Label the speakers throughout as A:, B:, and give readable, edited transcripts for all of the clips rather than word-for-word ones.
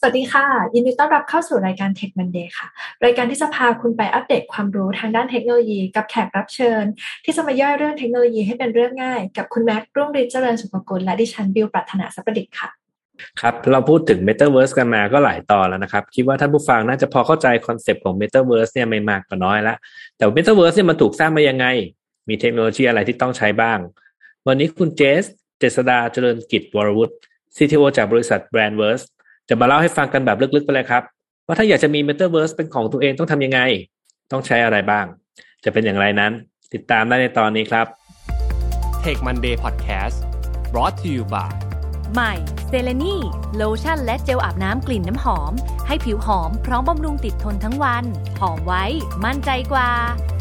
A: สวัสดีค่ะยินดีต้อนรับเข้าสู่รายการ Tech Monday ค่ะรายการที่จะพาคุณไปอัปเดตความรู้ทางด้านเทคโนโลยีกับแขกรับเชิญที่จะมาย่อยเรื่องเทคโนโลยีให้เป็นเรื่องง่ายกับคุณแม็กรุ่งฤทธิ์เจริญสุภกุลและดิฉันบิวปรารถนาสัพประดิษฐ์ค่ะ
B: ครับเราพูดถึง Metaverse กันมาก็หลายตอนแล้วนะครับคิดว่าท่านผู้ฟังน่าจะพอเข้าใจคอนเซปต์ของ Metaverse เนี่ยไม่มากก็น้อยละแต่ Metaverse เนี่ยมันถูกสร้างมายังไงมีเทคโนโลยีอะไรที่ต้องใช้บ้างวันนี้คุณเจษฎาเจริญกิจวรวุฒิ CTO จากบริษัท Brandverse จะมาเล่าให้ฟังกันแบบลึกๆไปเลยครับว่าถ้าอยากจะมี Metaverse เป็นของตัวเองต้องทำยังไงต้องใช้อะไรบ้างจะเป็นอย่างไรนั้นติดตามได้ในตอนนี้ครับ
C: Tech Monday Podcast brought to you by
D: ใหม่เซเลนีโลชั่นและเจลอาบน้ำกลิ่นน้ำหอมให้ผิวหอมพร้อมบำรุงติดทนทั้งวันหอมไว้มั่นใจกว่า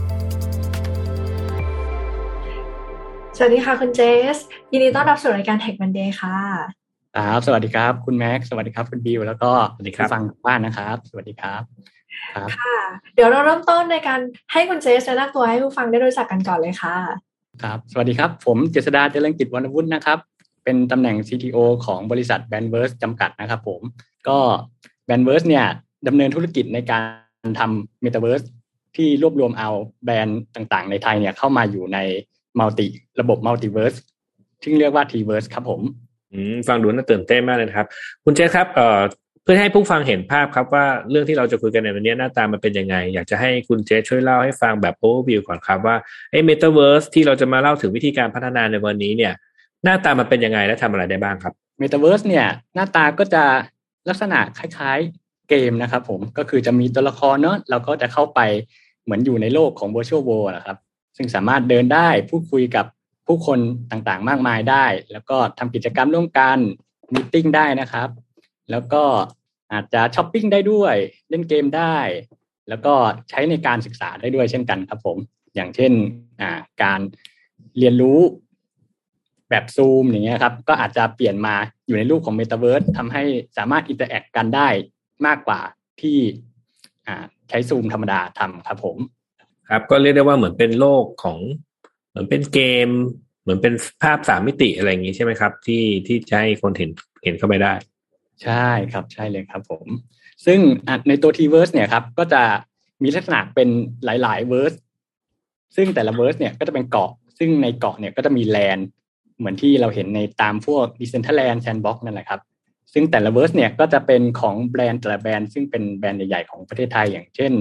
A: สวัสดีค่ะคุณเจสยินดีต้อนรับสู่รายการ Tech Monday ค่ะ
E: ครับสวัสดีครับคุณแม็กสวัสดีครับคุณบิวแล้วก็ผู้ฟังบ้านนะครับสวัสดีครับ
A: ค่ะเดี๋ยวเราเริ่มต้นในการให้คุณเจสแนะนำตัวให้ผู้ฟังได้รู้จักกันก่อนเลยค่ะ
E: ครับสวัสดีครับผมเจษฎาเจริญกิจวรรณวุฒินะครับเป็นตำแหน่ง CTO ของบริษัท Brandverse จำกัดนะครับผมก็ Brandverse เนี่ยดำเนินธุรกิจในการทำ Metaverse ที่รวบรวมเอาแบรนด์ต่างๆในไทยเนี่ยเข้ามาอยู่ในระบบ Multiverse ที่เรียกว่า Tverse ครับผม
B: ฟังดูน่าตื่นเต้นมากเลยครับคุณเจษครับเพื่อให้ผู้ฟังเห็นภาพครับว่าเรื่องที่เราจะคุยกันในวันนี้หน้าตามันเป็นยังไงอยากจะให้คุณเจษช่วยเล่าให้ฟังแบบ overview ก่อนครับว่าไอ้ Metaverse ที่เราจะมาเล่าถึงวิธีการพัฒนาในวันนี้เนี่ยหน้าตามันเป็นยังไงและทำอะไรได้บ้างครับ
E: Metaverse เนี่ยหน้าตาก็จะลักษณะคล้ายๆเกมนะครับผมก็คือจะมีตัวละครเนาะเราก็จะเข้าไปเหมือนอยู่ในโลกของ Virtual World นะครับซึ่งสามารถเดินได้พูดคุยกับผู้คนต่างๆมากมายได้แล้วก็ทำกิจกรรมร่วมกันมีตติ้งได้นะครับแล้วก็อาจจะช้อปปิ้งได้ด้วยเล่นเกมได้แล้วก็ใช้ในการศึกษาได้ด้วยเช่นกันครับผมอย่างเช่นการเรียนรู้แบบซูมอย่างเงี้ยครับก็อาจจะเปลี่ยนมาอยู่ในรูปของ Metaverse ทำให้สามารถอินเตอร์แอคกันได้มากกว่าที่ใช้ซูมธรรมดาทำครับผม
B: ครับก็เรียกได้ว่าเหมือนเป็นโลกของเหมือนเป็นเกมเหมือนเป็นภาพ3มิติอะไรอย่างงี้ใช่ไหมครับที่จะให้คนเห็นเข้าไปได้
E: ใช่ครับใช่เลยครับผมซึ่งในตัว Tverse เนี่ยครับก็จะมีลักษณะเป็นหลายๆเวิร์สซึ่งแต่ละเวิร์สเนี่ยก็จะเป็นเกาะซึ่งในเกาะเนี่ยก็จะมีแลนด์เหมือนที่เราเห็นในตามพวก Decentraland Sandbox นั่นแหละครับซึ่งแต่ละเวิร์สเนี่ยก็จะเป็นของแบรนด์แต่ละแบรนด์ซึ่งเป็นแบรนด์ใหญ่ๆของประเทศไทยอย่างเช่น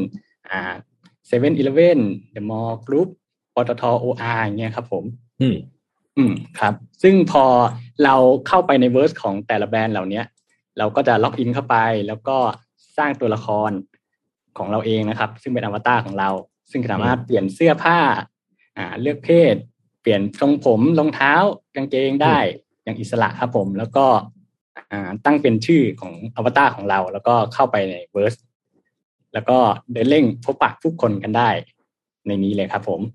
E: 7-Eleven The Mall Group ปตท. OR อย่างเงี้ยครับผมครับซึ่งพอเราเข้าไปในเวิร์สของแต่ละแบรนด์เหล่านี้เราก็จะล็อกอินเข้าไปแล้วก็สร้างตัวละครของเราเองนะครับซึ่งเป็นอวตารของเราซึ่งสามารถเปลี่ยนเสื้อผ้าเลือกเพศเปลี่ยนทรงผมรองเท้ากางเกงได้อย่างอิสระครับผมแล้วก็ตั้งเป็นชื่อของอวตารของเราแล้วก็เข้าไปในเวิร์สแล้วก็เดินเล่นพบปะผู้คนกันได้ในนี้เลยครับผม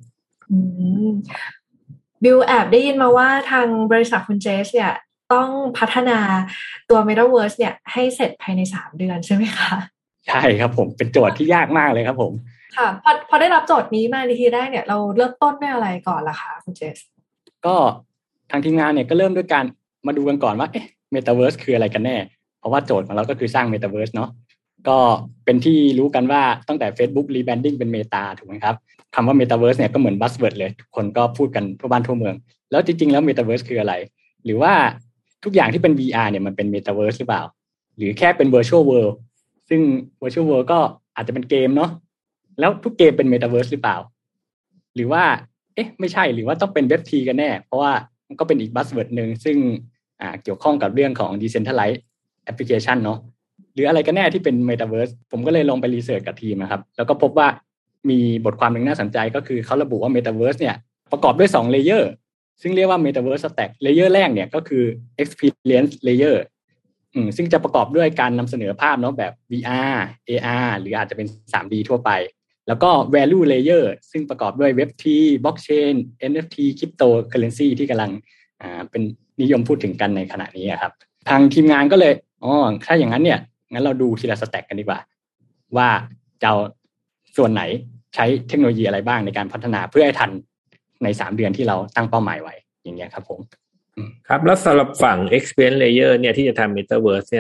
A: บิวแอบได้ยินมาว่าทางบริษัทคุณเจสเนี่ยต้องพัฒนาตัว Metaverse เนี่ยให้เสร็จภายใน3 เดือนใช่ไหมคะ
E: ใช่ครับผมเป็นโจทย์ที่ยากมากเลยครับผม
A: ค่ะพอได้รับโจทย์นี้มาในทีแรกเนี่ยเราเริ่มต้นด้วยอะไรก่อนล่ะคะคุณเจส
E: ก็ทางทีมงานเนี่ยก็เริ่มด้วยการมาดูกันก่อนว่าMetaverse คืออะไรกันแน่เพราะว่าโจทย์ของเราก็คือสร้าง Metaverse เนาะก็เป็นที่รู้กันว่าตั้งแต่ Facebook rebranding เป็น Meta ถูกไหมครับคำว่า Metaverse เนี่ยก็เหมือน buzzword เลยทุกคนก็พูดกันทั่วบ้านทั่วเมืองแล้วจริงๆแล้ว Metaverse คืออะไรหรือว่าทุกอย่างที่เป็น VR เนี่ยมันเป็น Metaverse หรือเปล่าหรือแค่เป็น Virtual World ซึ่ง Virtual World ก็อาจจะเป็นเกมเนาะแล้วทุกเกมเป็น Metaverse หรือเปล่าหรือว่าไม่ใช่หรือว่าต้องเป็น Web3 กันแน่เพราะว่ามันก็เป็นอีก buzzword นึงซึ่งเกี่ยวข้องกับเรื่องของ Decentralized Application เนาะหรืออะไรกันแน่ที่เป็น Metaverse ผมก็เลยลงไปรีเสิร์ชกับทีมนะครับแล้วก็พบว่ามีบทความนึงน่าสนใจก็คือเขาระบุว่า Metaverse เนี่ยประกอบด้วย2 layer ซึ่งเรียกว่า Metaverse Stack layer แรกเนี่ยก็คือ Experience layer ซึ่งจะประกอบด้วยการนำเสนอภาพเนาะแบบ VR AR หรืออาจจะเป็น 3D ทั่วไปแล้วก็ Value layer ซึ่งประกอบด้วย Web3 Blockchain NFT Cryptocurrency ที่กำลังเป็นนิยมพูดถึงกันในขณะนี้ครับทางทีมงานก็เลยถ้าอย่างนั้นเนี่ยงั้นเราดูทีละสแต็กกันดีกว่าว่าจะส่วนไหนใช้เทคโนโลยีอะไรบ้างในการพัฒนาเพื่อให้ทันใน3 เดือนที่เราตั้งเป้าหมายไว้อย่างเงี้ยครับผม
B: ครับแล้วสำหรับฝั่ง experience layer เนี่ยที่จะทำ metaverse เนี่ย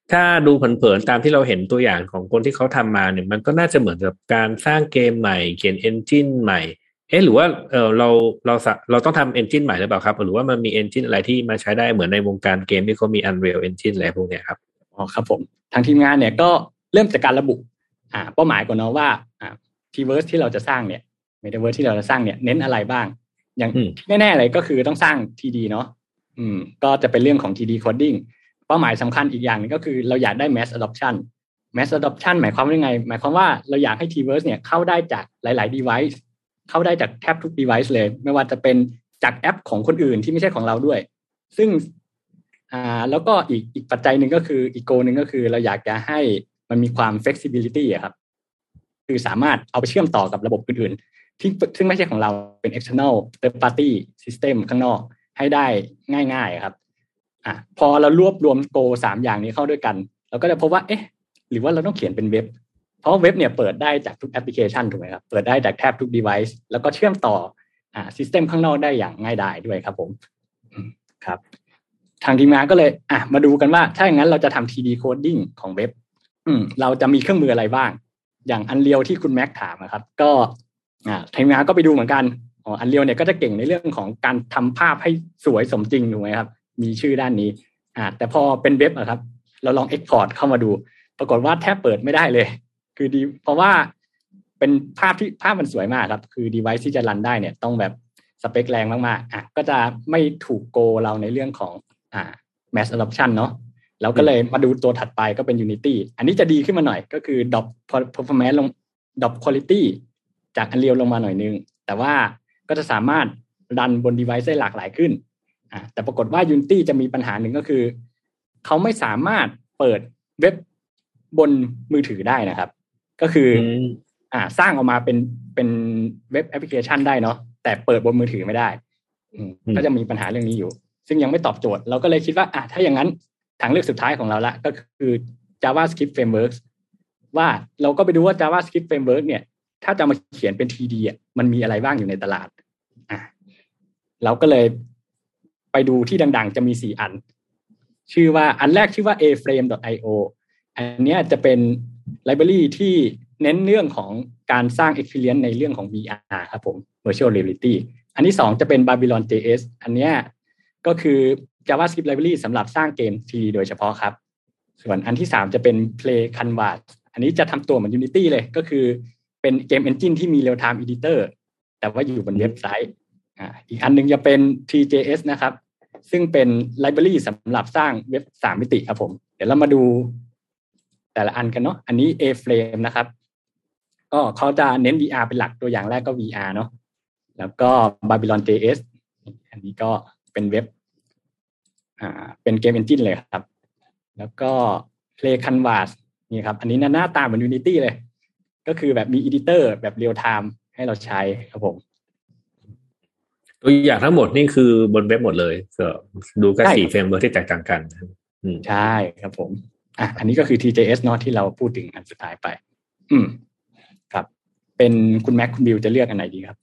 B: ถ้าดูเผินๆตามที่เราเห็นตัวอย่างของคนที่เขาทำมาเนี่ยมันก็น่าจะเหมือนกับการสร้างเกมใหม่เขียนเอนจินใหม่หรือว่าเราต้องทำเอนจินใหม่หรือเปล่าครับหรือว่ามันมีเอนจินอะไรที่มาใช้ได้เหมือนในวงการเกมที่เขามี Unreal Engine อะไรพวกเนี้ยครับ
E: อ๋อครับผมทางทีมงานเนี่ยก็เริ่มจากการระบุเป้าหมายก่อนเนาะว่าT-verse ที่เราจะสร้างเนี่ย Metaverse ที่เราจะสร้างเนี่ยเน้นอะไรบ้างอย่างแน่ๆเลยก็คือต้องสร้าง 3D เนาะก็จะเป็นเรื่องของ 3D coding เป้าหมายสำคัญอีกอย่างนึงก็คือเราอยากได้ mass adoption mass adoption หมายความว่ายังไงหมายความว่าเราอยากให้ T-verse เนี่ยเข้าได้จากหลายๆ device เข้าได้จากแทบทุก device เลยไม่ว่าจะเป็นจากแอปของคนอื่นที่ไม่ใช่ของเราด้วยซึ่งแล้วก็อีกปัจจัยหนึ่งก็คืออีกโกนึงก็คือเราอยากจะให้มันมีความ flexibility ครับคือสามารถเอาไปเชื่อมต่อกับระบบอื่นๆซึ่งไม่ใช่ของเราเป็น external third party system ข้างนอกให้ได้ง่ายๆครับพอเรารวบรวมโก3อย่างนี้เข้าด้วยกันเราก็จะพบว่าหรือว่าเราต้องเขียนเป็นเว็บเพราะเว็บเนี่ยเปิดได้จากทุกแอปพลิเคชันถูกไหมครับเปิดได้จากแทบทุก device แล้วก็เชื่อมต่อsystem ข้างนอกได้อย่างง่ายดายด้วยครับผมครับทางทีมงานก็เลยมาดูกันว่าถ้าอย่างนั้นเราจะทำ 3D coding ของเว็บเราจะมีเครื่องมืออะไรบ้างอย่าง Unreal ที่คุณแม็กถามนะครับก็ทีมงานก็ไปดูเหมือนกันUnreal เนี่ยก็จะเก่งในเรื่องของการทำภาพให้สวยสมจริงถูกไหมครับมีชื่อด้านนี้แต่พอเป็นเว็บครับเราลอง export เข้ามาดูปรากฏว่าแทบเปิดไม่ได้เลยคือดีเพราะว่าเป็นภาพมันสวยมากครับคือ device ที่จะรันได้เนี่ยต้องแบบสเปคแรงมากๆก็จะไม่ถูกโกเราในเรื่องของmass adoption เนาะแล้วก็เลยมาดูตัวถัดไปก็เป็น Unity อันนี้จะดีขึ้นมาหน่อยก็คือ drop performance ลง drop quality จาก Unreal ลงมาหน่อยนึงแต่ว่าก็จะสามารถรันบน device ได้หลากหลายขึ้นแต่ปรากฏว่า Unity จะมีปัญหาหนึ่งก็คือเขาไม่สามารถเปิดเว็บบนมือถือได้นะครับก็คือสร้างออกมาเป็นเว็บแอปพลิเคชันได้เนาะแต่เปิดบนมือถือไม่ได้ก็จะมีปัญหาเรื่องนี้อยู่ซึ่งยังไม่ตอบโจทย์เราก็เลยคิดว่าถ้าอย่างนั้นทางเลือกสุดท้ายของเราละก็คือ JavaScript Frameworks ว่าเราก็ไปดูว่า JavaScript Framework เนี่ยถ้าจะมาเขียนเป็น 3D มันมีอะไรบ้างอยู่ในตลาดเราก็เลยไปดูที่ดังๆจะมี4อันชื่อว่าอันแรกชื่อว่า aframe.io อันนี้จะเป็น library ที่เน้นเรื่องของการสร้าง experience ในเรื่องของ VR ครับผม virtual reality อันที่2จะเป็น Babylon.js อันนี้ก็คือ JavaScript library สำหรับสร้างเกม 3D โดยเฉพาะครับส่วนอันที่3จะเป็น Play Canvas อันนี้จะทำตัวเหมือน Unity เลยก็คือเป็นเกม engine ที่มี real time editor แต่ว่าอยู่บนเว็บไซต์อีกอันนึงจะเป็น 3JS นะครับซึ่งเป็น library สำหรับสร้างเว็บ3มิติครับผมเดี๋ยวเรามาดูแต่ละอันกันเนาะอันนี้ A-Frame นะครับก็เขาจะเน้น VR เป็นหลักตัวอย่างแรกก็ VR เนาะแล้วก็ Babylon.js อันนี้ก็เป็นเว็บเป็นเกม engine เลยครับแล้วก็ Play Canvas นี่ครับอันนี้หน้าตาเหมือน Unity เลยก็คือแบบมี editor แบบ real time ให้เราใช้ครับผม
B: ตัวอย่างทั้งหมดนี่คือบนเว็บหมดเลยก็ดูแค่4เฟรมเวิร์คที่แตกต่างกัน
E: ใช่ครับผมอันนี้ก็คือ TJS เนาะที่เราพูดถึงอันสุดท้ายไปครับเป็นคุณแม็กคุณบิวจะเลือกอันไหนดีครับ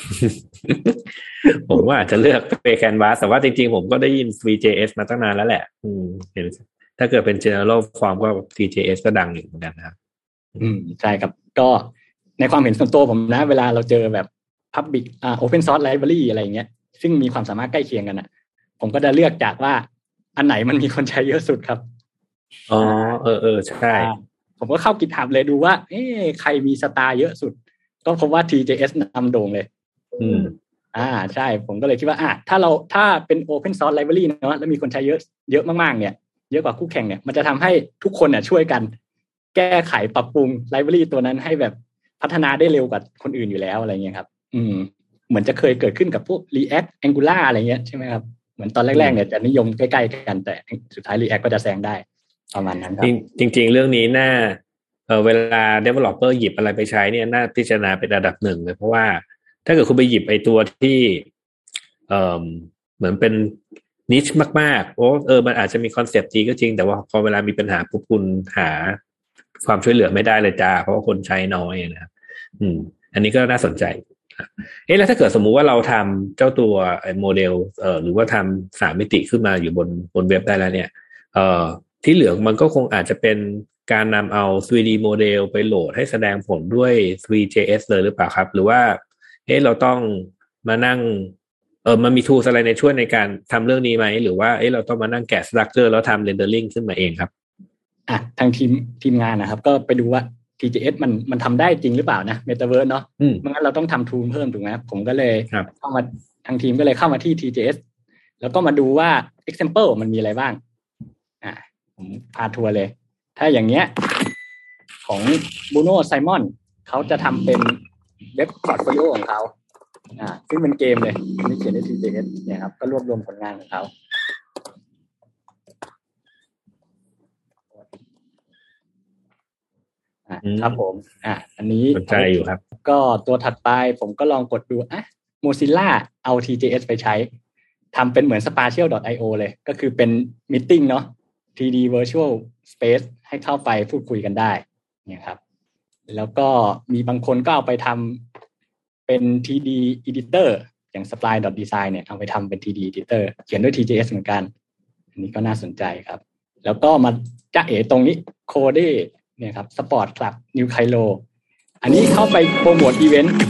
B: ผมว่าจะเลือก Play Canvas แต่ว่าจริงๆผมก็ได้ยิน 3JS มาตั้งนานแล้วแหละเห็นถ้าเกิดเป็น general form ก็ 3JS ก็ดังอยู่เหมือนกันนะครับ
E: ใช่ครับก็ในความเห็นส่วนตัวผมนะเวลาเราเจอแบบpublic open source library อะไรอย่างเงี้ยซึ่งมีความสามารถใกล้เคียงกันนะผมก็จะเลือกจากว่าอันไหนมันมีคนใช้เยอะสุดครับ
B: ใช่
E: ผมก็เข้า GitHub เลยดูว่าใครมีสตาร์เยอะสุดก็พบว่า TJS นำโด่งเลยใช่ผมก็เลยคิดว่าถ้าเป็น open source library เนาะแล้วมีคนใช้เยอะมากๆเนี่ยเยอะกว่าคู่แข่งเนี่ยมันจะทำให้ทุกคนเนี่ยช่วยกันแก้ไขปรับปรุง library ตัวนั้นให้แบบพัฒนาได้เร็วกว่าคนอื่นอยู่แล้วอะไรเงี้ยครับเหมือนจะเคยเกิดขึ้นกับพวก React Angular อะไรเงี้ยใช่ไหมครับเหมือนตอนแรกๆเนี่ยจะนิยมใกล้ๆกันแต่สุดท้าย React ก็จะแซงได้ประมาณนั้นครับ
B: จริงๆเรื่องนี้น่าเวลา developer หยิบอะไรไปใช้เนี่ยน่าพิจารณาเป็นระดับหนึ่งเลยเพราะว่าถ้าเกิดคุณไปหยิบไอ้ตัวที่เหมือนเป็นนิชมากๆมันอาจจะมีคอนเซปต์ดีก็จริงแต่ว่าพอเวลามีปัญหาปุ๊บคุณหาความช่วยเหลือไม่ได้เลยจ้าเพราะว่าคนใช้น้อยนะครับอันนี้ก็น่าสนใจแล้วถ้าเกิดสมมุติว่าเราทำเจ้าตัวโมเดลหรือว่าทำ3มิติขึ้นมาอยู่บนเว็บได้แล้วเนี่ยที่เหลือมันก็คงอาจจะเป็นการนำเอา 3D โมเดลไปโหลดให้แสดงผลด้วย 3JS เลยหรือเปล่าครับหรือว่าเราต้องมานั่งมันมี tools อะไรในช่วยในการทำเรื่องนี้ไหมหรือว่าเราต้องมานั่งแกะ structure แล้วทำ rendering ขึ้นมาเองครับ
E: ทางทีมงานนะครับก็ไปดูว่า TJS มันทำได้จริงหรือเปล่านะ Metaverse เนาะไม่งั้นเราต้องทำ tool เพิ่มถูกไหมผมก็เลยเข้ามาทางทีมก็เลยเข้ามาที่ TJS แล้วก็มาดูว่า example มันมีอะไรบ้างผมพาทัวร์เลยถ้าอย่างเงี้ยของบูโน่ไซมอนเขาจะทำเป็นเว็บพอร์ตโฟลิโอของเขาซึ่งเป็นเกมเลยนี่เขียนใน TJS เนี่ยครับก็รวบรวมผลงานของเขาครับผมอันนี้
B: สนใจอยู่ครับ
E: ก็ตัวถัดไปผมก็ลองกดดูMozilla เอา TJS ไปใช้ทำเป็นเหมือน spatial.io เลยก็คือเป็นมีตติ้งเนาะ 3D virtual space ให้เข้าไปพูดคุยกันได้เนี่ยครับแล้วก็มีบางคนก็เอาไปทำเป็น 3D editor อย่าง spline.design เนี่ยเอาไปทำเป็น 3D editor เขียนด้วย TJS เหมือนกันอันนี้ก็น่าสนใจครับแล้วก็มาจ้าเอ๋ตรงนี้ Code เนี่ยครับ Sport Club New Cairo อันนี้เข้าไปโปรโมทอีเวนต์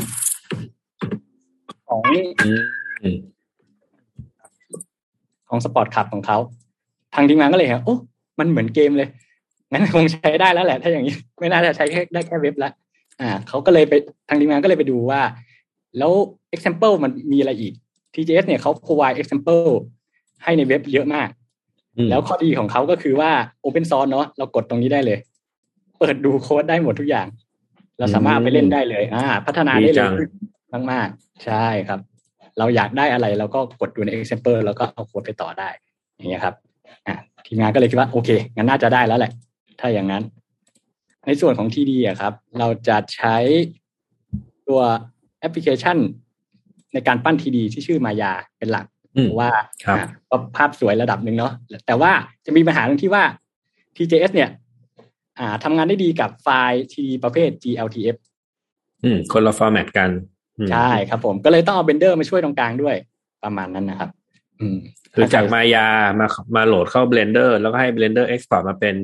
E: ของ Sport Club ของเขาทางทีมงานก็เลยโอ้มันเหมือนเกมเลยงั้นคงใช้ได้แล้วแหละถ้าอย่างนี้ไม่น่าจะใช้ได้แค่เว็บละเขาก็เลยไปทางทีมงานก็เลยไปดูว่าแล้ว example มันมีอะไรอีก TJS เนี่ยเขา provide example ให้ในเว็บเยอะมากแล้วข้อดีของเขาก็คือว่า open source เนาะเรากดตรงนี้ได้เลยเปิดดูโค้ดได้หมดทุกอย่างเราสามารถไปเล่นได้เลยพัฒนาได้เลยมากๆใช่ครับเราอยากได้อะไรเราก็กดดูใน example แล้วก็เอาโค้ดไปต่อได้อย่างเงี้ยครับทีมงานก็เลยคิดว่าโอเคงั้นน่าจะได้แล้วแหละถ้าอย่างนั้นในส่วนของ TD ครับเราจะใช้ตัวแอปพลิเคชันในการปั้น TD ที่ชื่อมายาเป็นหลักว่าภาพสวยระดับหนึ่งเนาะแต่ว่าจะมีปัญหาตรงที่ว่า TJS เนี่ยทำงานได้ดีกับไฟล์ TD ประเภท GLTF
B: คนละฟอร์แมตกัน
E: ใช่ครับผมก็เลยต้องเอา Blender มาช่วยตรงกลางด้วยประมาณนั้นนะครับ
B: คือจากมายามาโหลดเข้า Blender แล้วก็ให้ Blender Export มาเป็น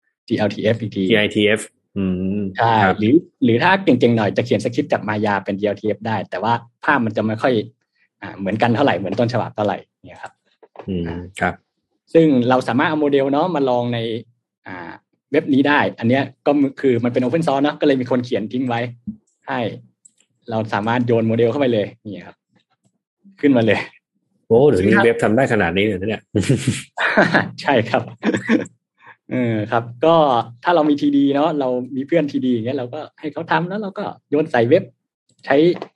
E: GLTF อีกที
B: GITF
E: ใช่หรือถ้าเก่งๆหน่อยจะเขียนสคริปต์จากมายาเป็น GLTF ได้แต่ว่าภาพมันจะไม่ค่อยเหมือนกันเท่าไหร่เหมือนต้นฉบับเท่าไหร่เนี่ยครับ
B: ครับ
E: ซึ่งเราสามารถเอาโมเดลเนาะมาลองในเว็บนี้ได้อันเนี้ยก็คือมันเป็น Open Source เนาะก็เลยมีคนเขียนทิ้งไว้ให้เราสามารถโยนโมเดลเข้าไปเลยนี่ครับขึ้นมาเลย
B: โอ้เดี๋ยวนี้เว็บทำได้ขนาดนี้เลยเนี่ย
E: ใช่ครับครับก็ถ้าเรามี TD เนาะเรามีเพื่อน TD อย่างเงี้ยเราก็ให้เขาทำแล้วเราก็โยนใส่เว็บใช้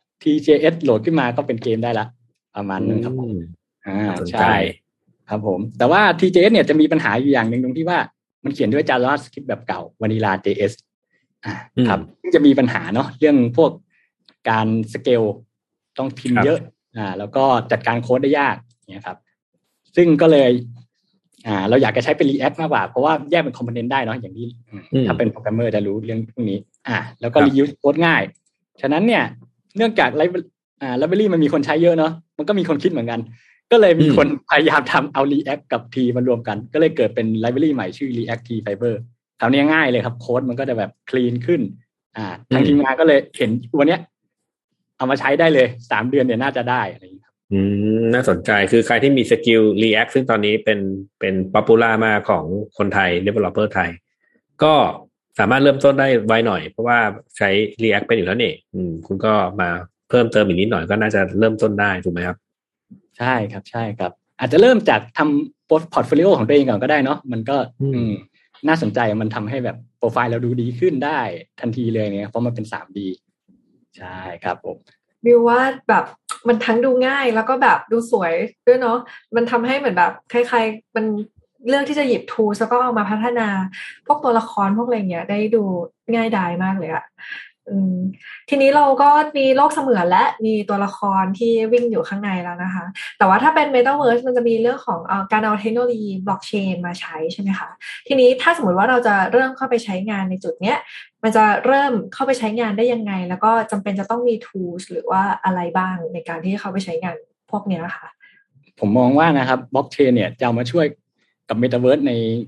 E: TJS โหลดขึ้นมาก็เป็นเกมได้ละประมาณนึงครับใช่ครับผมแต่ว่า TJS เนี่ยจะมีปัญหาอยู่อย่างนึงตรงที่ว่ามันเขียนด้วย JavaScript แบบเก่า Vanilla JS ครับจะมีปัญหาเนาะเรื่องพวกการสเกลต้องพิมพ์เยอะแล้วก็จัดการโค้ดได้ยากเนี่ยครับซึ่งก็เลยเราอยากจะใช้เป็น React มากกว่าเพราะว่าแยกเป็นคอมโพเนนต์ได้เนาะอย่างที่ถ้าเป็นโปรแกรมเมอร์จะรู้เรื่องพวกนี้แล้วก็ reuse โค้ดง่ายฉะนั้นเนี่ยเนื่องจากlibrary มันมีคนใช้เยอะเนาะมันก็มีคนคิดเหมือนกันก็เลยมีคนพยายามทำเอา React กับ T มารวมกันก็เลยเกิดเป็น library ใหม่ชื่อ React T Fiber คราวนี้ง่ายเลยครับโค้ดมันก็จะแบบคลีนขึ้นทางทีมงานก็เลยเห็นวันเนี้ยเอามาใช้ได้เลย3 เดือนเนี่ยน่าจะได้อะไรอย่างนี้ครับ
B: น่าสนใจคือใครที่มีสกิล React ซึ่งตอนนี้เป็นป๊อปปูล่ามากของคนไทย developer ไทยก็สามารถเริ่มต้นได้ไวหน่อยเพราะว่าใช้ React เป็นอยู่แล้วนี่คุณก็มาเพิ่มเติมอีกนิดหน่อยก็น่าจะเริ่มต้นได้ถูกไหมครับ
E: ใช่ครับใช่ครับอาจจะเริ่มจากทำพอร์ตโฟลิโอของตัวเองก่อนก็ได้เนาะมันก็น่าสนใจมันทำให้แบบโปรไฟล์เราดูดีขึ้นได้ทันทีเลยเนี่ยเพราะมันเป็น 3D ใช่ครับผม
A: วิวว่าแบบมันทั้งดูง่ายแล้วก็แบบดูสวยด้วยเนาะมันทำให้เหมือนแบบคล้ายๆมันเลือกที่จะหยิบทูลแล้วก็เอามาพัฒนาพวกตัวละครพวกอะไรเงี้ยได้ดูง่ายดายมากเลยอะทีนี้เราก็มีโลกเสมือนและมีตัวละครที่วิ่งอยู่ข้างในแล้วนะคะแต่ว่าถ้าเป็น Metaverse มันจะมีเรื่องของการเอาเทคโนโลยีบล็อกเชนมาใช้ใช่ไหมคะทีนี้ถ้าสมมติว่าเราจะเริ่มเข้าไปใช้งานในจุดเนี้ยมันจะเริ่มเข้าไปใช้งานได้ยังไงแล้วก็จำเป็นจะต้องมี tools หรือว่าอะไรบ้างในการที่เข้าไปใช้งานพวกเนี้ยค่ะ
E: ผมมองว่านะครับบล็อกเชนเนี่ยจะเอามาช่วยกับ Metaverse ใน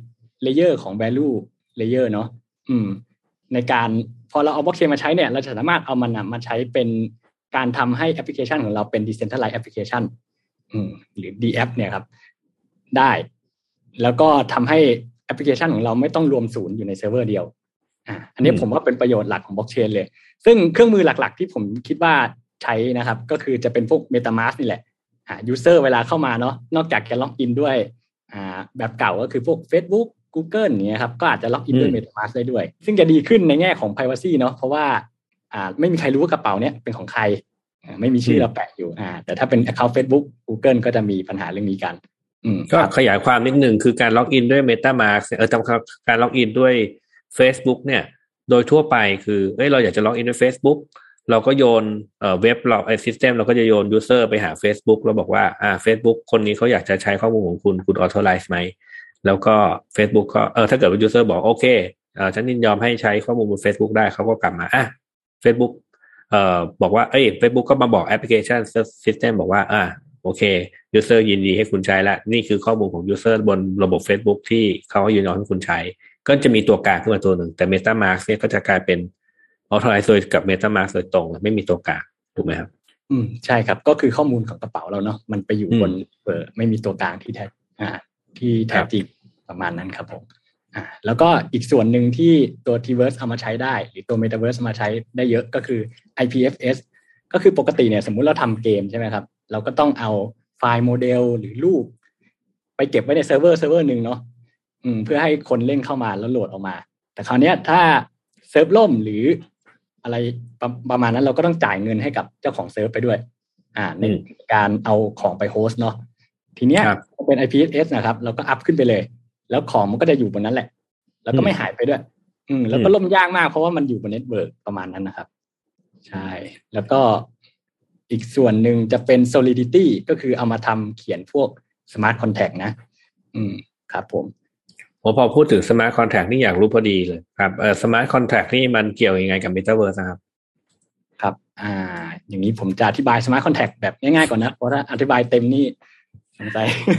E: เลเยอร์ของ value layer เนาะในการพอเราเอาบล็อกเชนมาใช้เนี่ยเราจะสามารถเอามันมาใช้เป็นการทำให้แอปพลิเคชันของเราเป็น decentralized application หรือ DApp เนี่ยครับได้แล้วก็ทำให้แอปพลิเคชันของเราไม่ต้องรวมศูนย์อยู่ในเซิร์ฟเวอร์เดียวอันนี้ผมว่าเป็นประโยชน์หลักของบล็อกเชนเลยซึ่งเครื่องมือหลักๆที่ผมคิดว่าใช้นะครับก็คือจะเป็นพวก MetaMask นี่แหละuser เวลาเข้ามาเนาะนอกจากจะล็อกอินด้วยแบบเก่าก็คือพวก Facebook Google อย่างเงี้ยครับก็อาจจะล็อกอินด้วย MetaMask ได้ด้วยซึ่งจะดีขึ้นในแง่ของ privacy เนาะเพราะว่าไม่มีใครรู้ว่ากระเป๋าเนี้ยเป็นของใครไม่มีชื่อเราแปะอยู่แต่ถ้าเป็น account Facebook Google ก็จะมีปัญหาเรื่องนี้กัน
B: ก็ขยายความนิดนึงคือการล็อกอินด้วย MetaMask การล็อกอินด้วย Facebook เนี่ยโดยทั่วไปคือเราอยากจะล็อกอินด้วย Facebook เราก็โยนเว็บเราsystem เราก็จะโยน user ไปหา Facebook แล้วบอกว่าFacebook คนนี้เขาอยากจะใช้ข้อมูลของคุณ authorize ไหมแล้วก็ Facebook ก็ถ้าเกิดว่า user บอกโอเคฉันยินยอมให้ใช้ข้อมูลบน Facebook ได้เขาก็กลับมาFacebook บอกว่าFacebook ก็มาบอกแอปพลิเคชัน system บอกว่าโอเค user ยินดีให้คุณใช้ละนี่คือข้อมูลของ user บนระบบ Facebook ที่เขายินยอมให้คุณใช้ก็จะมีตัวกลางขึ้นมาตัวหนึ่งแต่ MetaMask เนี่ยก็จะกลายเป็น authorize กับ MetaMask โดยตรงไม่มีตัวกลางถูกไหมครับ
E: ใช่ครับก็คือข้อมูลของกระเป๋าเราเนาะมันไปอยู่บนไม่มีตัวกลางที่แท้จริงประมาณนั้นครับผมแล้วก็อีกส่วนหนึ่งที่ตัว Tverse เอามาใช้ได้หรือตัว Metaverse มาใช้ได้เยอะก็คือ IPFS ก็คือปกติเนี่ยสมมุติเราทำเกมใช่ไหมครับเราก็ต้องเอาไฟล์โมเดลหรือรูปไปเก็บไว้ในเซิร์ฟเวอร์นึงเนาะเพื่อให้คนเล่นเข้ามาแล้วโหลดออกมาแต่คราวนี้ถ้าเซิร์ฟล่มหรืออะไรประมาณนั้นเราก็ต้องจ่ายเงินให้กับเจ้าของเซิร์ฟไปด้วยในการเอาของไปโฮสต์เนาะทีเนี้ยเป็น IPFS นะครับเราก็อัพขึ้นไปเลยแล้วของมันก็จะอยู่บนนั้นแหละแล้วก็ไม่หายไปด้วยแล้วก็ล่มยากมากเพราะว่ามันอยู่บนเน็ตเวิร์กประมาณนั้นนะครับใช่แล้วก็อีกส่วนหนึ่งจะเป็น Solidity ก็คือเอามาทำเขียนพวก Smart Contract นะครับผม
B: พอพูดถึง Smart Contract นี่อยากรู้พอดีเลยครับSmart Contract นี่มันเกี่ยวยังไงกับ Metaverse นะครับ
E: ครับอย่างนี้ผมจะอธิบาย Smart Contract แบบง่ายๆก่อนนะเพราะถ้าอธิบายเต็มนี่สนใจ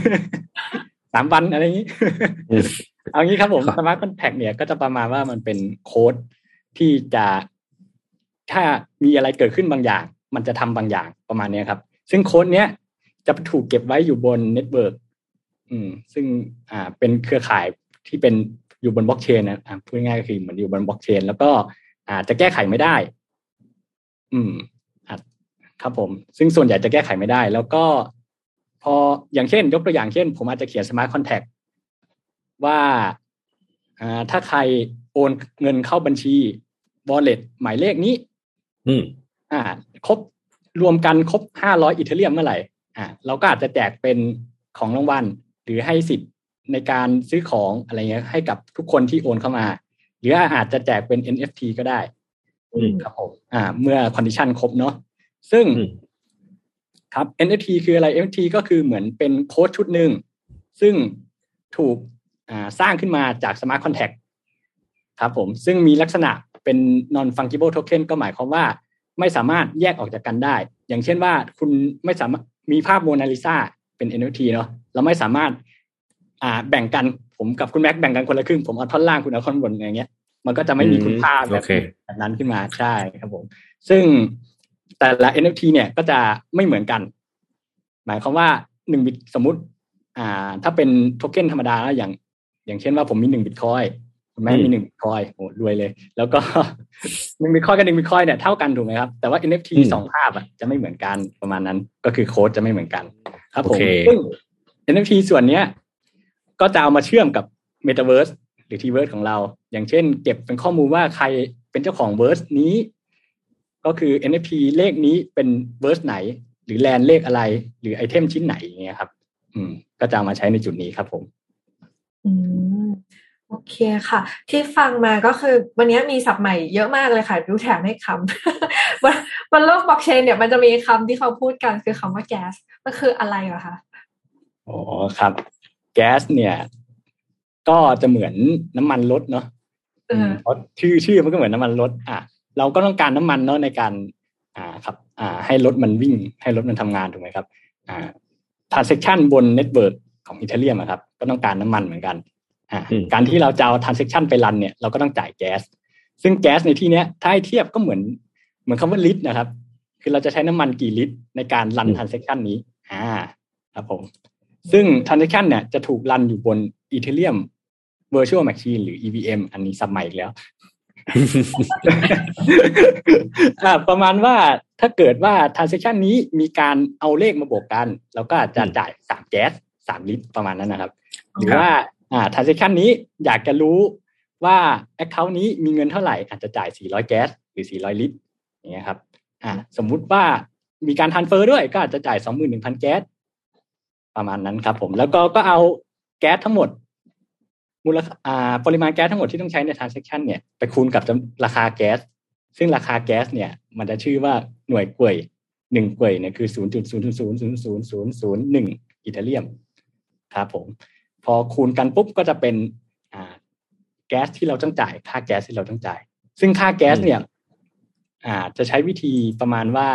E: 3 วันอะไรอย่างนี้ เอางี้ครับผม Smart Contract เนี่ยก็จะประมาณว่ามันเป็นโค้ดที่จะถ้ามีอะไรเกิดขึ้นบางอย่างมันจะทำบางอย่างประมาณนี้ครับซึ่งโค้ดเนี้ยจะถูกเก็บไว้อยู่บนเน็ตเวิร์กซึ่งเป็นเครือข่ายที่เป็นอยู่บนบล็อกเชนนะพูดง่ายๆก็คือเหมือนอยู่บนบล็อกเชนแล้วก็จะแก้ไขไม่ได้ครับผมซึ่งส่วนใหญ่จะแก้ไขไม่ได้แล้วก็พออย่างเช่นยกตัวอย่างเช่นผมอาจจะเขียน Smart Contract ว่าถ้าใครโอนเงินเข้าบัญชี wallet หมายเลขนี้ครบรวมกันครบ500อีเธเรียมเมื่อไหร่เราก็อาจจะแจกเป็นของรางวัลหรือให้สิทธิ์ในการซื้อของอะไรเงี้ยให้กับทุกคนที่โอนเข้ามาหรืออาจจะแจกเป็น NFT ก็ได้ครับผมเมื่อคอนดิชันครบเนาะซึ่งครับ NFT คืออะไร NFT ก็คือเหมือนเป็นโค้ดชุดหนึ่งซึ่งถูกสร้างขึ้นมาจาก Smart Contract ครับผมซึ่งมีลักษณะเป็น non fungible token ก็หมายความว่าไม่สามารถแยกออกจากกันได้อย่างเช่นว่าคุณไม่สามารถมีภาพโมนาลิซาเป็น NFT เนาะเราไม่สามารถแบ่งกันผมกับคุณแม็กแบ่งกันคนละครึ่งผมเอาท่อนล่างคุณเอาท่อนบนอย่างเงี้ยมันก็จะไม่มีคุณค่าแบบนั้นขึ้นมาใช่ครับผมซึ่งแต่ละ NFT เนี่ยก็จะไม่เหมือนกันหมายความว่า1บิตสมมุติถ้าเป็นโทเค็นธรรมดาแล้วอย่างเช่นว่าผมมี1บิตคอยน์คุณแม่มี1บิตคอยน์โอ้รวยเลยแล้วก็1บิตคอยน์กับ1บิตคอยน์เนี่ยเท่ากันถูกไหมครับแต่ว่า NFT 2ภาพจะไม่เหมือนกันประมาณนั้นก็คือโค้ดจะไม่เหมือนกันครับผมซึ่ง NFT ส่วนเนี้ยก็จะเอามาเชื่อมกับ Metaverse หรือ Tverse ของเราอย่างเช่นเก็บเป็นข้อมูลว่าใครเป็นเจ้าของ Verse นี้ก็คือ NFT เลขนี้เป็น Verse ไหนหรือแลนด์เลขอะไรหรือไอเทมชิ้นไหนอย่างเงี้ยครับก็จะเอามาใช้ในจุดนี้ครับผม
A: โอเคค่ะที่ฟังมาก็คือวันนี้มีศัพท์ใหม่เยอะมากเลยค่ะดูแถมให้คำบนโลกบล็อกเชนเนี่ยมันจะมีคำที่เขาพูดกันคือคำว่าแก๊สมันคืออะไรเหรอคะ
E: อ๋อครับแก๊สเนี่ยก็จะเหมือนน้ำมันรถเนาะเพราะชื่อมันก็เหมือนน้ำมันรถเราก็ต้องการน้ำมันเนาะในการครับให้รถมันวิ่งให้รถมันทำงานถูกไหมครับtransaction บนเน็ตเวิร์กของ Ethereum ครับก็ต้องการน้ำมันเหมือนกันการที่เราจะเอา transaction ไปรันเนี่ยเราก็ต้องจ่ายแก๊สซึ่งแก๊สในที่เนี้ยถ้าให้เทียบก็เหมือนคำว่าลิตรนะครับคือเราจะใช้น้ำมันกี่ลิตรในการรัน transaction นี้ครับผมซึ่ง transaction เนี่ยจะถูกรันอยู่บน Ethereum Virtual Machine หรือ EVM อันนี้ศัพท์ใหม่อีกแล้ว ประมาณว่าถ้าเกิดว่า transaction นี้มีการเอาเลขมาบวกกันเราก็อาจจะจ่าย3แก๊ส3ลิตรประมาณนั้นนะครับหรือว่าtransaction นี้อยากจะรู้ว่า account นี้มีเงินเท่าไหร่อาจจะจ่าย400แก๊สหรือ400ลิตรอย่างเงี้ยครับสมมุติว่ามีการ transfer ด้วยก็อาจจะจ่าย 21,000 แก๊สประมาณนั้นครับผมแล้วก็เอาแก๊สทั้งหมดมูลค่าปริมาณแก๊สทั้งหมดที่ต้องใช้ใน transaction เนี่ยไปคูณกับราคาแก๊สซึ่งราคาแก๊สเนี่ยมันจะชื่อว่าหน่วยกวย1กวยเนี่ยคือ 0.000000001 อีเธเรียมครับผมพอคูณกันปุ๊บก็จะเป็นแก๊สที่เราต้องจ่ายค่าแก๊สที่เราต้องจ่ายซึ่งค่าแก๊สเนี่ยจะใช้วิธีประมาณว่า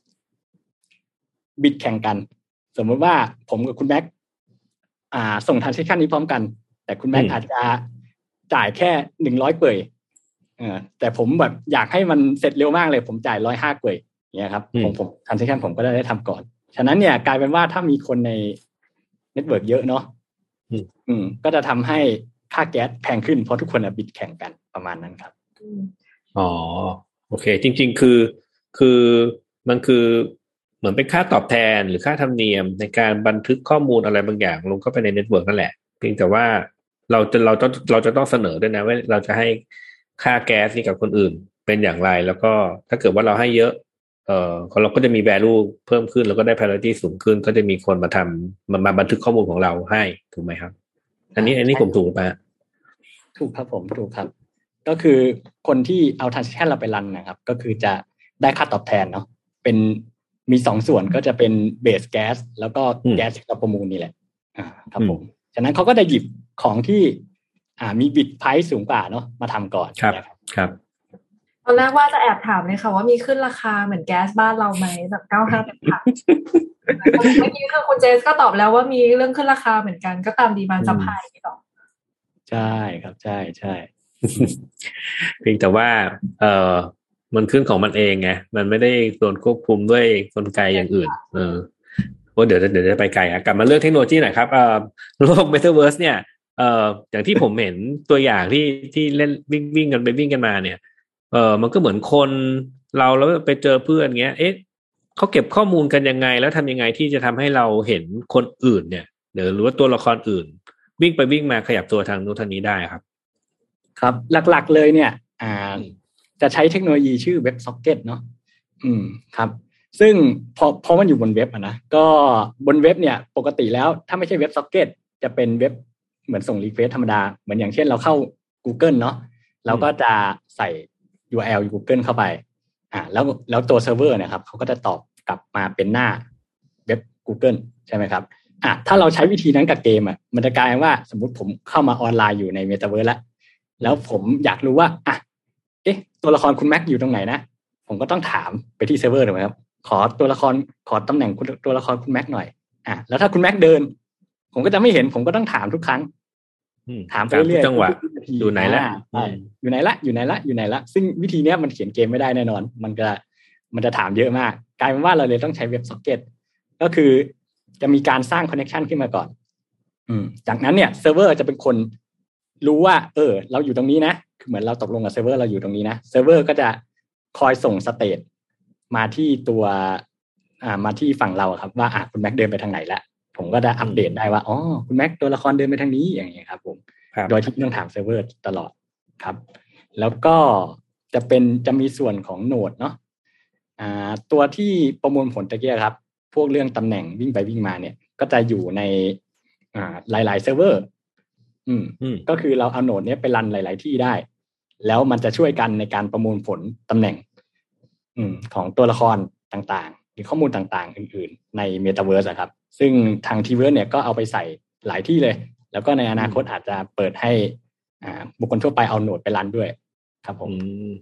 E: บิดแข่งกันสมมติว่าผมกับคุณแม็กส่ง transaction นี้พร้อมกันแต่คุณแม็กอาจจะจ่ายแค่100เกวยแต่ผมแบบอยากให้มันเสร็จเร็วมากเลยผมจ่าย105เกวยเนี่ยครับผม transaction ผมก็ได้ทำก่อนฉะนั้นเนี่ยกลายเป็นว่าถ้ามีคนในเน็ตเวิร์กเยอะเนาะก็จะทำให้ค่าแก๊สแพงขึ้นเพราะทุกคนบิดแข่งกันประมาณนั้นครับ
B: โอเคจริงๆคือมันคือเหมือนเป็นค่าตอบแทนหรือค่าธรรมเนียมในการบันทึกข้อมูลอะไรบางอย่างลงเข้าไปในเน็ตเวิร์กนั่นแหละเพียงแต่ว่าเราจะต้องเสนอด้วยนะว่าเราจะให้ค่าแก๊สนี่กับคนอื่นเป็นอย่างไรแล้วก็ถ้าเกิดว่าเราให้เยอะเราก็จะมี value เพิ่มขึ้นแล้วก็ได้ priority สูงขึ้นก็จะมีคนมาบันทึกข้อมูลของเราให้ถูกไหมครับอันนี้ผมถูกป่ะ
E: ถูกครับผมถูกครับก็คือคนที่เอา transaction เราไปรันนะครับก็คือจะได้ค่าตอบแทนเนาะเป็นมี2ส่วนก็จะเป็น base gas แล้วก็แก๊สที่เราประมูลนี่แหละครับผมฉะนั้นเขาก็จะหยิบของที่มี bid price สูงกว่าเนาะมาทำก่อน
B: ครับ
A: ตอนแรกว่าจะแอบถามเลยค่ะว่ามีขึ้นราคาเหมือนแก๊สบ้านเราไหมแบบ95เป็นถังเมื่อกี้คือคุณเจสก็ตอบแล้วว่ามีเรื่องขึ้นราคาเหมือนกันก็ตามดีมานด์ซัพพลายนี่หรอ
E: ใช่ครับใช่
B: เพียงแต่ว่ามันขึ้นของมันเองไงมันไม่ได้โดนควบคุมด้วยกลไกอย่างอื่นว่าเดี๋ยวจะไปไกลกลับมาเรื่องเทคโนโลยีหน่อยครับโลก Metaverse เนี่ยอย่างที่ผมเห็นตัวอย่างที่เล่นวิ่งกันมาเนี่ยมันก็เหมือนคนเราแล้วไปเจอเพื่อนเงี้ยเขาเก็บข้อมูลกันยังไงแล้วทำยังไงที่จะทำให้เราเห็นคนอื่นเนี่ยหรือว่าตัวละครอื่นวิ่งไปวิ่งมาขยับตัวทางนู้นทางนี้ได้ครับ
E: ครับหลักๆเลยเนี่ยจะใช้เทคโนโลยีชื่อ WebSocket เนาะครับซึ่งพอมันอยู่บนเว็บนะก็บนเว็บเนี่ยปกติแล้วถ้าไม่ใช่ WebSocket จะเป็นเว็บเหมือนส่งรีเควสธรรมดาเหมือนอย่างเช่นเราเข้า Google เนาะเราก็จะใส่ URL Google เข้าไปแล้วตัวเซิร์ฟเวอร์นะครับเขาก็จะตอบกลับมาเป็นหน้าเว็บ Google ใช่ไหมครับถ้าเราใช้วิธีนั้นกับเกมมันจะกลายว่าสมมุติผมเข้ามาออนไลน์อยู่ใน Metaverse แล้วผมอยากรู้ว่าตัวละครคุณแม็กอยู่ตรงไหนนะผมก็ต้องถามไปที่เซิร์ฟเวอร์ถูกไหมครับขอตำแหน่งตัวละครคุณแม็กหน่อยแล้วถ้าคุณแม็กเดินผมก็จะไม่เห็นผมก็ต้องถามทุกครั้งถามไปเรื่อย
B: จังหวะอยู่ไหนละ
E: อยู่ไหนละซึ่งวิธีนี้มันเขียนเกมไม่ได้แน่นอนมันจะถามเยอะมากกลายเป็นว่าเราเลยต้องใช้เว็บซ็อกเก็ตก็คือจะมีการสร้างคอนเนคชันขึ้นมาก่อนจากนั้นเนี่ยเซิร์ฟเวอร์จะเป็นคนรู้ว่าเราอยู่ตรงนี้นะเหมือนเราตกลงกับเซิร์ฟเวอร์เราอยู่ตรงนี้นะเซิร์ฟเวอร์ก็จะคอยส่งสเตทมาที่ตัวมาที่ฝั่งเราครับว่าคุณแม็กเดินไปทางไหนละผมก็จะอัปเดตได้ว่าคุณแม็กตัวละครเดินไปทางนี้อย่างเงี้ยครับผมโดยที่ไม่ต้องถามเซิร์ฟเวอร์ตลอดครับแล้วก็จะมีส่วนของโนดเนาะตัวที่ประมวลผลตะเกียครับพวกเรื่องตำแหน่งวิ่งไปวิ่งมาเนี่ยก็จะอยู่ในหลายๆเซิร์ฟเวอร์ก็คือเราเอาโนดนี้ไปรันหลายๆที่ได้แล้วมันจะช่วยกันในการประมวลผลตำแหน่งของตัวละครต่างๆหรือข้อมูลต่างๆอื่นๆใน Metaverse ครับซึ่งทาง Tverse เนี่ยก็เอาไปใส่หลายที่เลยแล้วก็ในอนาคตอาจจะเปิดให้บุคคลทั่วไปเอาโนดไปรันด้วยครับผม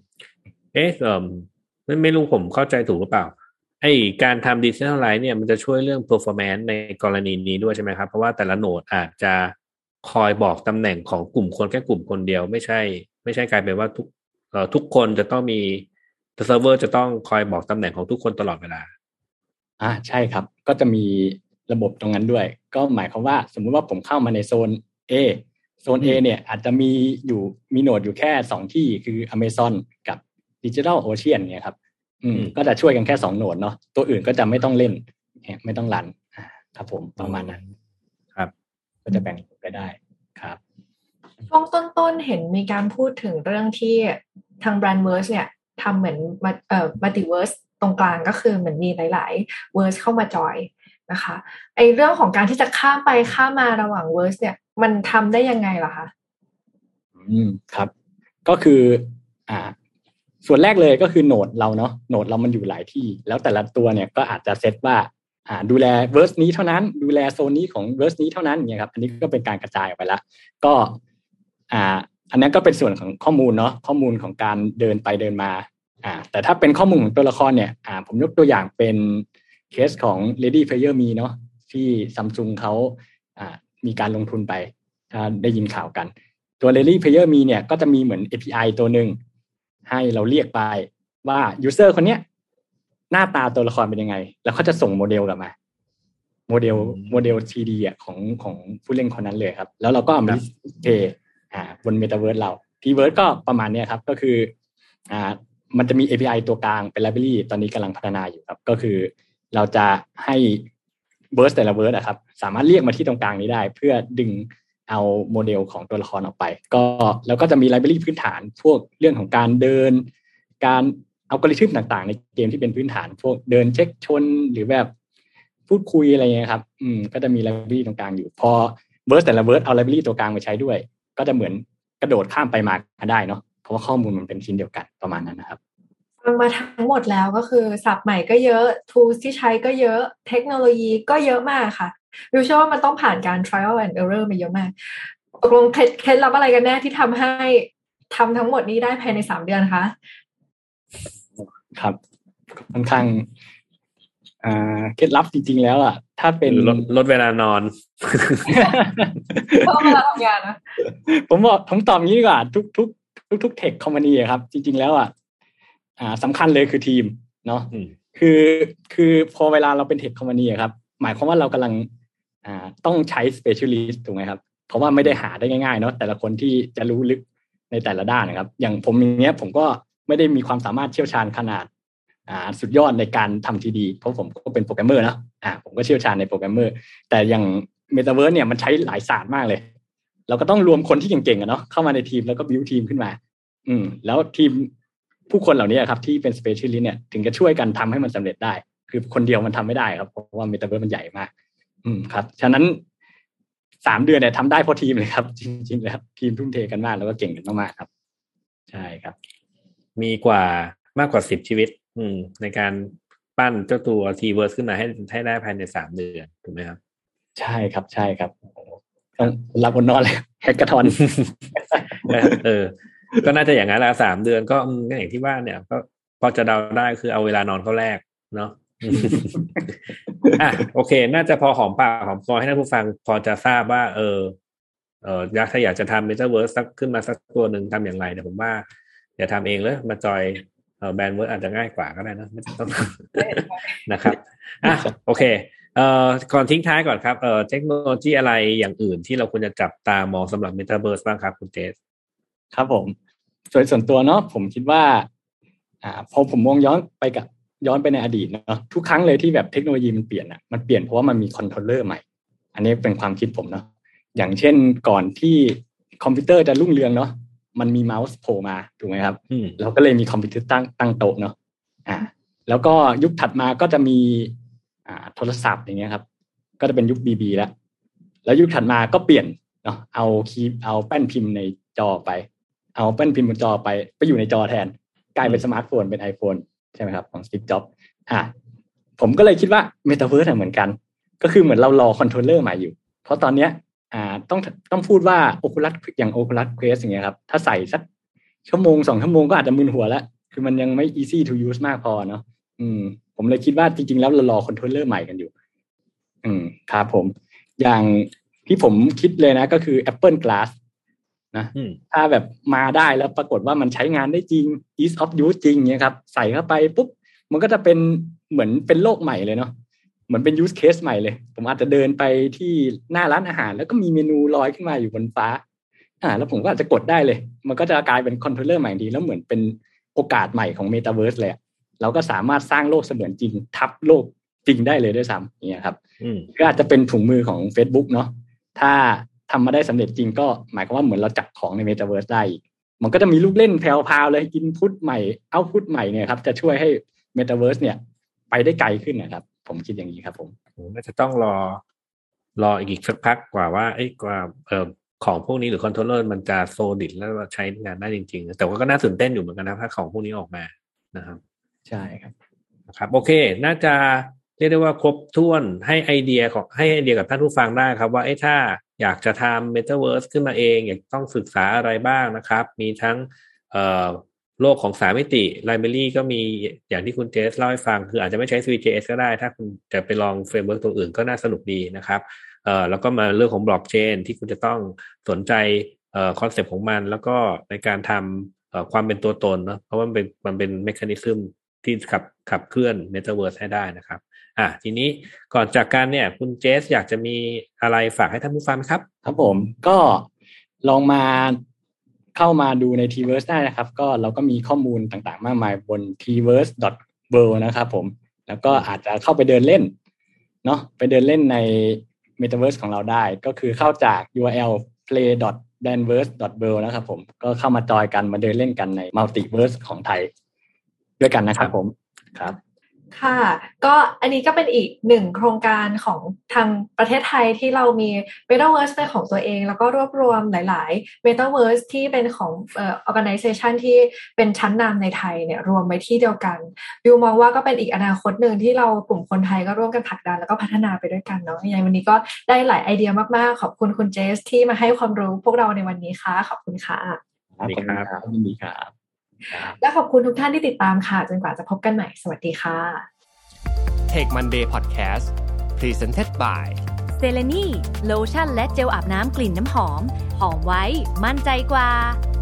B: ไม่รู้ผมเข้าใจถูกหรือเปล่าการทำ Decentralize เนี่ยมันจะช่วยเรื่อง performance ในกรณีนี้ด้วยใช่ไหมครับเพราะว่าแต่ละโนดอาจจะคอยบอกตำแหน่งของกลุ่มคนแค่กลุ่มคนเดียวไม่ใช่กลายเป็นว่าทุกคนจะต้องมีเซิร์ฟเวอร์จะต้องคอยบอกตำแหน่งของทุกคนตลอดเวลา
E: ใช่ครับก็จะมีระบบตรงนั้นด้วยก็หมายความว่าสมมุติว่าผมเข้ามาในโซน A โซน A เนี่ยอาจจะมีโนดอยู่แค่2ที่คือ Amazon กับ Digital Ocean เนี่ยครับก็จะช่วยกันแค่2โนดเนาะตัวอื่นก็จะไม่ต้องเล่นไม่ต้องรันครับผมประมาณนั้น
B: ครับ
E: ก็จะแบ่งไปได้ครับ
A: ช่วงต้นๆเห็นมีการพูดถึงเรื่องที่ทาง Brandverse เนี่ยทำเหมือนMultiverse ตรงกลางก็คือเหมือนมีหลายๆ verse เข้ามาจอยนะคะไอเรื่องของการที่จะข้ามไปข้ามมาระหว่าง verse เนี่ยมันทำได้ยังไงล่ะคะ
E: ครับก็คือส่วนแรกเลยก็คือโหนดเราเนาะโหนดเรามันอยู่หลายที่แล้วแต่ละตัวเนี่ยก็อาจจะเซตว่าดูแลเวอร์สนี้เท่านั้นดูแลโซนนี้ของเวอร์สนี้เท่านั้นเนี่ยครับอันนี้ก็เป็นการกระจายออกไปแล้วก็อันนั้นก็เป็นส่วนของข้อมูลเนาะข้อมูลของการเดินไปเดินมาแต่ถ้าเป็นข้อมูลของตัวละครเนี่ยผมยกตัวอย่างเป็นเคสของ Ready Player Me เนาะที่ Samsung เขามีการลงทุนไปได้ยินข่าวกันตัว Ready Player Me เนี่ยก็จะมีเหมือน API ตัวนึงให้เราเรียกไปว่า user คนเนี้ยหน้าตาตัวละครเป็นยังไงแล้วเขาจะส่งโมเดลกลับมาโมเดล 3D ของผู้เล่นคนนั้นเลยครับแล้วเราก็เอามาเทบน Metaverse เรา T-verse ก็ประมาณนี้ครับก็คือมันจะมี API ตัวกลางเป็น library ตอนนี้กำลังพัฒนาอยู่ครับก็คือเราจะให้ verse แต่ละ verse ครับสามารถเรียกมาที่ตรงกลางนี้ได้เพื่อดึงเอาโมเดลของตัวละครออกไปก็แล้วก็จะมีไลบรารีพื้นฐานพวกเรื่องของการเดินการอัลกอริทึมต่างๆในเกมที่เป็นพื้นฐานพวกเดินเช็คชนหรือแบบพูดคุยอะไรเงี้ยครับก็จะมีไลบรารีตรงกลางอยู่พอเวิร์สแต่ละเวิร์สเอาไลบรารีตัวกลางมาใช้ด้วยก็จะเหมือนกระโดดข้ามไปมาได้เนาะเพราะว่าข้อมูลมันเป็นชิ้นเดียวกันประมาณนั้นนะครับ
A: ฟังมาทั้งหมดแล้วก็คือศัพท์ใหม่ก็เยอะ tools ที่ใช้ก็เยอะเทคโนโลยีก็เยอะมากค่ะวิวเชื่อว่ามันต้องผ่านการ trial and error มาเยอะมากตกลงเคล็ดลับอะไรกันแน่ที่ทำให้ทำทั้งหมดนี้ได้ภายใน3 เดือนคะ
E: ครับค่อนข้างเคล็ดลับจริงๆแล้วอ่ะถ้าเป็น
B: ลดเวลานอน
A: เพิ่มเวลาทำงานนะ
E: ผมตอบงี้ดีกว่าทุกเทคคอมพานีครับจริงๆแล้วสำคัญเลยคือทีมเนาะคือพอเวลาเราเป็นเทคคอมพานีครับหมายความว่าเรากำลังต้องใช้ specialist ถูกไหมครับเพราะว่าไม่ได้หาได้ง่ายๆเนาะแต่ละคนที่จะรู้ลึกในแต่ละด้านนะครับอย่างผมอย่างเงี้ยผมก็ไม่ได้มีความสามารถเชี่ยวชาญขนาดสุดยอดในการทำ 3D เพราะผมก็เป็นโปรแกรมเมอร์นะผมก็เชี่ยวชาญในโปรแกรมเมอร์แต่อย่าง Metaverse เนี่ยมันใช้หลายศาสตร์มากเลยเราก็ต้องรวมคนที่เก่งๆเนาะเข้ามาในทีมแล้วก็บิวทีมขึ้นมาแล้วทีมผู้คนเหล่านี้ครับที่เป็น specialist เนี่ยถึงจะช่วยกันทำให้มันสำเร็จได้คือคนเดียวมันทำไม่ได้ครับเพราะว่า Metaverse มันใหญ่มากครับฉะนั้น3 เดือนเนี่ยทำได้เพราะทีมเลยครับจริงๆแล้วทีมทุ่มเทกันมากแล้วก็เก่งกันมากๆครับใช่ครับ
B: มีมากกว่า10 ชีวิตในการปั้นเจ้าตัว T-verse ขึ้นมาให้ได้ภายใน3 เดือนถูกไหมครับ
E: ใช่ครับใช่ครับต้องรับบนนอนเลยแฮกเกอร์ทอน
B: ก็น่าจะอย่างนั้นแหละ3 เดือนก็อย่างที่ว่าเนี่ยก็พอจะเดาได้คือเอาเวลานอนเข้าแรกเนาะโอเคน่าจะพอหอมปากหอมคอให้ท่านผู้ฟังพอจะทราบว่าถ้าอยากจะทำ Metaverse ขึ้นมาสักตัวหนึ่งทำอย่างไรเดี๋ยวผมว่าอย่าทำเองเลยมาจอยแบรนด์เวิร์ดอาจจะง่ายกว่าก็ได้นะไม่ต้องนะครับโอเคก่อนทิ้งท้ายก่อนครับเทคโนโลยีอะไรอย่างอื่นที่เราควรจะจับตามองสำหรับ Metaverse บ้างครับคุณเจส
E: ครับผมส่วนตัวเนาะผมคิดว่าพอผมมองย้อนไปในอดีตเนาะทุกครั้งเลยที่แบบเทคโนโลยีมันเปลี่ยนมันเปลี่ยนเพราะว่ามันมีคอนโทรลเลอร์ใหม่อันนี้เป็นความคิดผมเนาะอย่างเช่นก่อนที่คอมพิวเตอร์จะรุ่งเรืองเนาะมันมีเมาส์โผล่มาถูกไหมครับเราก็เลยมีคอมพิวเตอร์ตั้งโต๊ะเนาะแล้วก็ยุคถัดมาก็จะมีโทรศัพท์อย่างเงี้ยครับก็จะเป็นยุค BB แล้วยุคถัดมาก็เปลี่ยนเนาะเอาแป้นพิมพ์ในจอไปเอาแป้นพิมพ์บนจอไปอยู่ในจอแทนกลายเป็นสมาร์ทโฟนเป็น iPhone ใช่ไหมครับของ Steve Jobs ผมก็เลยคิดว่า Metaverse เหมือนกันก็คือเหมือนเรารอคอนโทรลเลอร์ใหม่อยู่เพราะตอนเนี้ยต้องพูดว่า Oculus อย่าง Oculus Quest อย่างเงี้ยครับถ้าใส่สักชั่วโมง2 ชั่วโมงก็อาจจะมึนหัวแล้วคือมันยังไม่ easy to use มากพอเนาะผมเลยคิดว่าจริงๆแล้วเรารอคอนโทรลเลอร์ใหม่กันอยู่ครับผมอย่างที่ผมคิดเลยนะก็คือ Apple Glass นะถ้าแบบมาได้แล้วปรากฏว่ามันใช้งานได้จริง ease of use จริงเนี่ยครับใส่เข้าไปปุ๊บมันก็จะเป็นเหมือนเป็นโลกใหม่เลยเนาะเหมือนเป็น use case ใหม่เลยผมอาจจะเดินไปที่หน้าร้านอาหารแล้วก็มีเมนูลอยขึ้นมาอยู่บนฟ้าแล้วผมก็อาจจะกดได้เลยมันก็จะกลายเป็นคอนโทรลเลอร์ใหม่ดีแล้วเหมือนเป็นโอกาสใหม่ของ Metaverse เลยเราก็สามารถสร้างโลกเสมือนจริงทับโลกจริงได้เลยด้วยซ้ำเนี่ยครับก็อาจจะเป็นถุงมือของ Facebook เนาะถ้าทำมาได้สำเร็จจริงก็หมายความว่าเหมือนเราจับของใน Metaverse ได้มันก็จะมีลูกเล่นแพรวๆเลย Input ใหม่ Output ใหม่เนี่ยครับจะช่วยให้ Metaverse เนี่ยไปได้ไกลขึ้นนะครับผมคิดอย่างนี้ครับผม
B: น่าจะต้องรออีกสักพักกว่าว่าของพวกนี้หรือคอนโทรลเลอร์มันจะโซลิดแล้วใช้งานได้จริงๆแต่ว่าก็น่าตื่นเต้นอยู่เหมือนกันนะถ้าของพวกนี้ออกมานะครับ
E: ใช่ครับ
B: นะครับโอเคน่าจะเรียกได้ว่าครบถ้วนให้ไอเดียกับท่านผู้ฟังได้ครับว่าถ้าอยากจะทำ Metaverse ขึ้นมาเองอยากต้องศึกษาอะไรบ้างนะครับมีทั้งโลกของ3มิติ Library ก็มีอย่างที่คุณเจสเล่าให้ฟังคืออาจจะไม่ใช้ 3JS ก็ได้ถ้าคุณจะไปลองเฟรมเวิร์กตัวอื่นก็น่าสนุกดีนะครับแล้วก็มาเรื่องของบล็อกเชนที่คุณจะต้องสนใจคอนเซ็ปต์ของมันแล้วก็ในการทำความเป็นตัวตนเนาะเพราะว่ามันเป็นเมคานิซึมที่ขับเคลื่อน Metaverse ให้ได้นะครับทีนี้ก่อนจากกันเนี่ยคุณเจสอยากจะมีอะไรฝากให้ท่านผู้ฟังครับ
E: ครับผมก็ลองมาเข้ามาดูใน Tverse ได้นะครับก็เราก็มีข้อมูลต่างๆมากมายบน tverse.world นะครับผมแล้วก็อาจจะเข้าไปเดินเล่นเนาะไปเดินเล่นใน Metaverse ของเราได้ก็คือเข้าจาก URL play.danverse.world นะครับผมก็เข้ามาจอยกันมาเดินเล่นกันใน Multiverse ของไทยด้วยกันนะครับผมครับ
A: ค่ะก็อันนี้ก็เป็นอีกหนึ่งโครงการของทางประเทศไทยที่เรามี Metaverse เป็นของตัวเองแล้วก็รวบรวมหลายๆ Metaverse ที่เป็นของorganization ที่เป็นชั้นนำในไทยเนี่ยรวมไว้ที่เดียวกันวิวมองว่าก็เป็นอีกอนาคตหนึ่งที่เรากลุ่มคนไทยก็ร่วมกันผลักดันแล้วก็พัฒนาไปด้วยกันเนาะยังไงวันนี้ก็ได้หลายไอเดียมากๆขอบคุณคุณเจสที่มาให้ความรู้พวกเราในวันนี้ค่ะขอบคุณค่ะ
E: ขอบคุณครับยินดีครับ
A: และขอบคุณทุกท่านที่ติดตามค่ะจนกว่าจะพบกันใหม่สวัสดีค่ะ
C: Tech Monday Podcast Presented by
D: Stellany โลชั่นและเจลอาบน้ำกลิ่นน้ำหอมหอมไว้มั่นใจกว่า